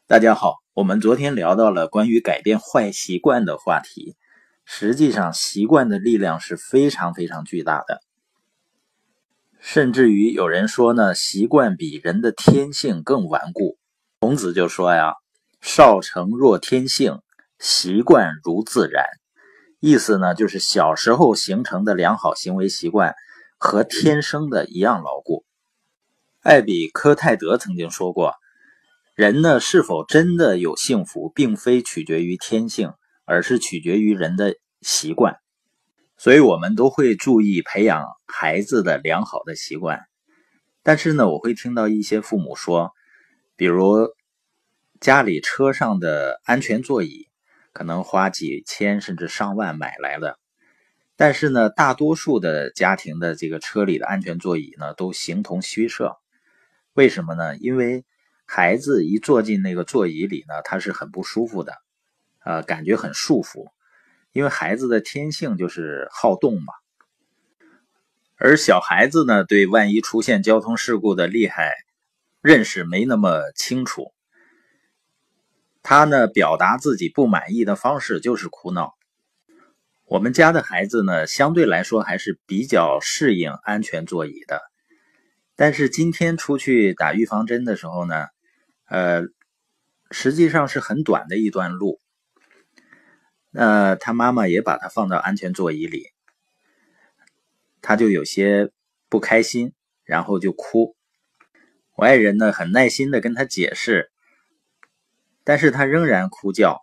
大家好，我们昨天聊到了关于改变坏习惯的话题。实际上，习惯的力量是非常非常巨大的，甚至于有人说呢，习惯比人的天性更顽固。孔子就说呀，少成若天性，习惯如自然。意思呢，就是小时候形成的良好行为习惯和天生的一样牢固。艾比科泰德曾经说过，人呢是否真的有幸福，并非取决于天性，而是取决于人的习惯。所以我们都会注意培养孩子的良好的习惯。但是呢，我会听到一些父母说，比如家里车上的安全座椅可能花几千甚至上万买来的，但是呢，大多数的家庭的这个车里的安全座椅呢都形同虚设。为什么呢？因为孩子一坐进那个座椅里呢，他是很不舒服的，感觉很束缚，因为孩子的天性就是好动嘛。而小孩子呢，对万一出现交通事故的厉害认识没那么清楚，他呢表达自己不满意的方式就是哭闹。我们家的孩子呢，相对来说还是比较适应安全座椅的。但是今天出去打预防针的时候呢，实际上是很短的一段路。他妈妈也把他放到安全座椅里，他就有些不开心，然后就哭。我爱人呢很耐心的跟他解释，但是他仍然哭叫。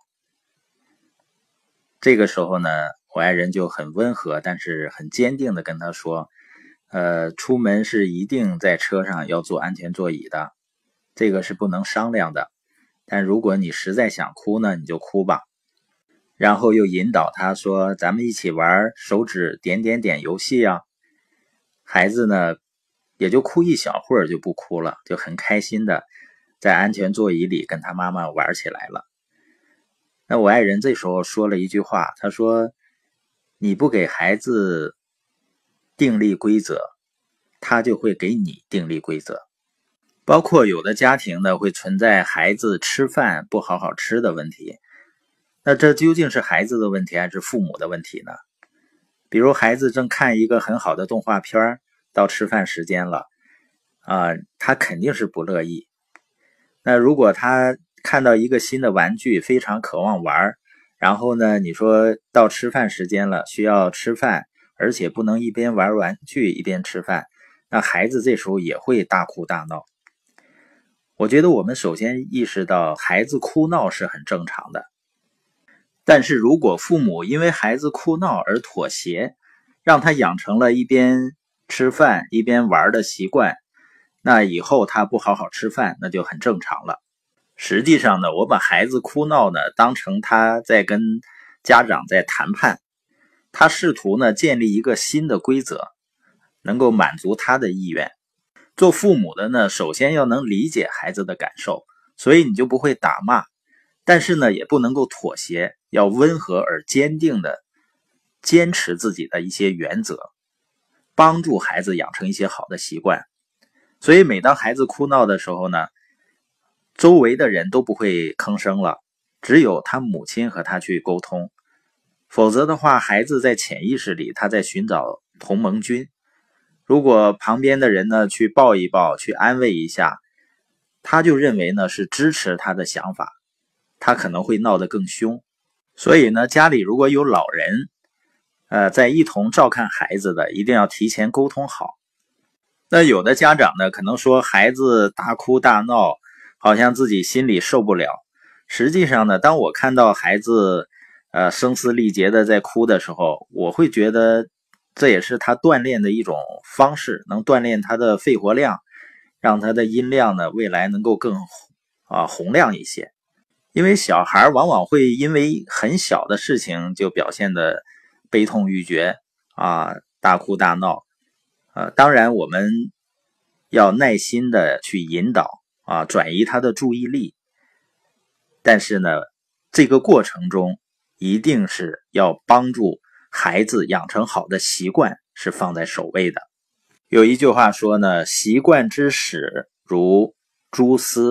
这个时候呢，我爱人就很温和，但是很坚定的跟他说，出门是一定在车上要坐安全座椅的，这个是不能商量的。但如果你实在想哭呢，你就哭吧。然后又引导他说，咱们一起玩手指点点点游戏啊。孩子呢也就哭一小会儿就不哭了，就很开心的在安全座椅里跟他妈妈玩起来了。那我爱人这时候说了一句话，他说，你不给孩子订立规则，他就会给你订立规则。包括有的家庭呢会存在孩子吃饭不好好吃的问题，那这究竟是孩子的问题还是父母的问题呢？比如孩子正看一个很好的动画片，到吃饭时间了，他肯定是不乐意。那如果他看到一个新的玩具非常渴望玩，然后呢你说到吃饭时间了需要吃饭，而且不能一边玩玩具一边吃饭，那孩子这时候也会大哭大闹。我觉得我们首先意识到孩子哭闹是很正常的，但是如果父母因为孩子哭闹而妥协，让他养成了一边吃饭一边玩的习惯，那以后他不好好吃饭那就很正常了。实际上呢，我把孩子哭闹呢当成他在跟家长在谈判，他试图呢建立一个新的规则，能够满足他的意愿。做父母的呢，首先要能理解孩子的感受，所以你就不会打骂，但是呢也不能够妥协，要温和而坚定的坚持自己的一些原则，帮助孩子养成一些好的习惯。所以每当孩子哭闹的时候呢，周围的人都不会吭声了，只有他母亲和他去沟通。否则的话，孩子在潜意识里他在寻找同盟军，如果旁边的人呢去抱一抱去安慰一下，他就认为呢是支持他的想法，他可能会闹得更凶。所以呢，家里如果有老人在一同照看孩子的，一定要提前沟通好。那有的家长呢可能说孩子大哭大闹好像自己心里受不了，实际上呢，当我看到孩子声嘶力竭的在哭的时候，我会觉得这也是他锻炼的一种方式，能锻炼他的肺活量，让他的音量呢未来能够更洪亮一些。因为小孩往往会因为很小的事情就表现得悲痛欲绝大哭大闹。当然我们要耐心的去引导转移他的注意力，但是呢这个过程中一定是要帮助孩子养成好的习惯是放在首位的。有一句话说呢，习惯之始如蛛丝，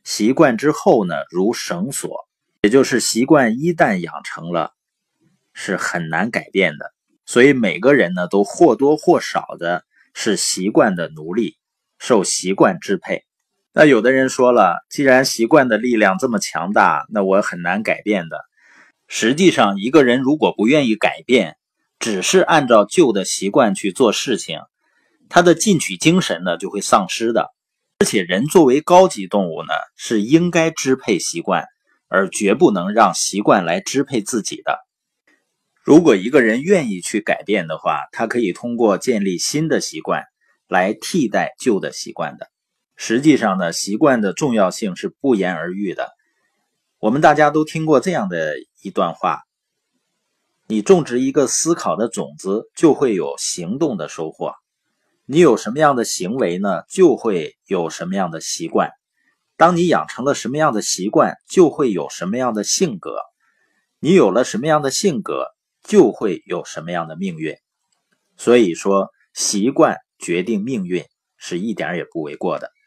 习惯之后呢，如绳索，也就是习惯一旦养成了，是很难改变的。所以每个人呢，都或多或少的是习惯的奴隶，受习惯支配。那有的人说了，既然习惯的力量这么强大，那我很难改变的。实际上，一个人如果不愿意改变，只是按照旧的习惯去做事情，他的进取精神呢就会丧失的。而且人作为高级动物呢，是应该支配习惯，而绝不能让习惯来支配自己的。如果一个人愿意去改变的话，他可以通过建立新的习惯来替代旧的习惯的。实际上呢，习惯的重要性是不言而喻的。我们大家都听过这样的一段话：你种植一个思考的种子，就会有行动的收获。你有什么样的行为呢，就会有什么样的习惯。当你养成了什么样的习惯，就会有什么样的性格。你有了什么样的性格，就会有什么样的命运。所以说，习惯决定命运是一点也不为过的。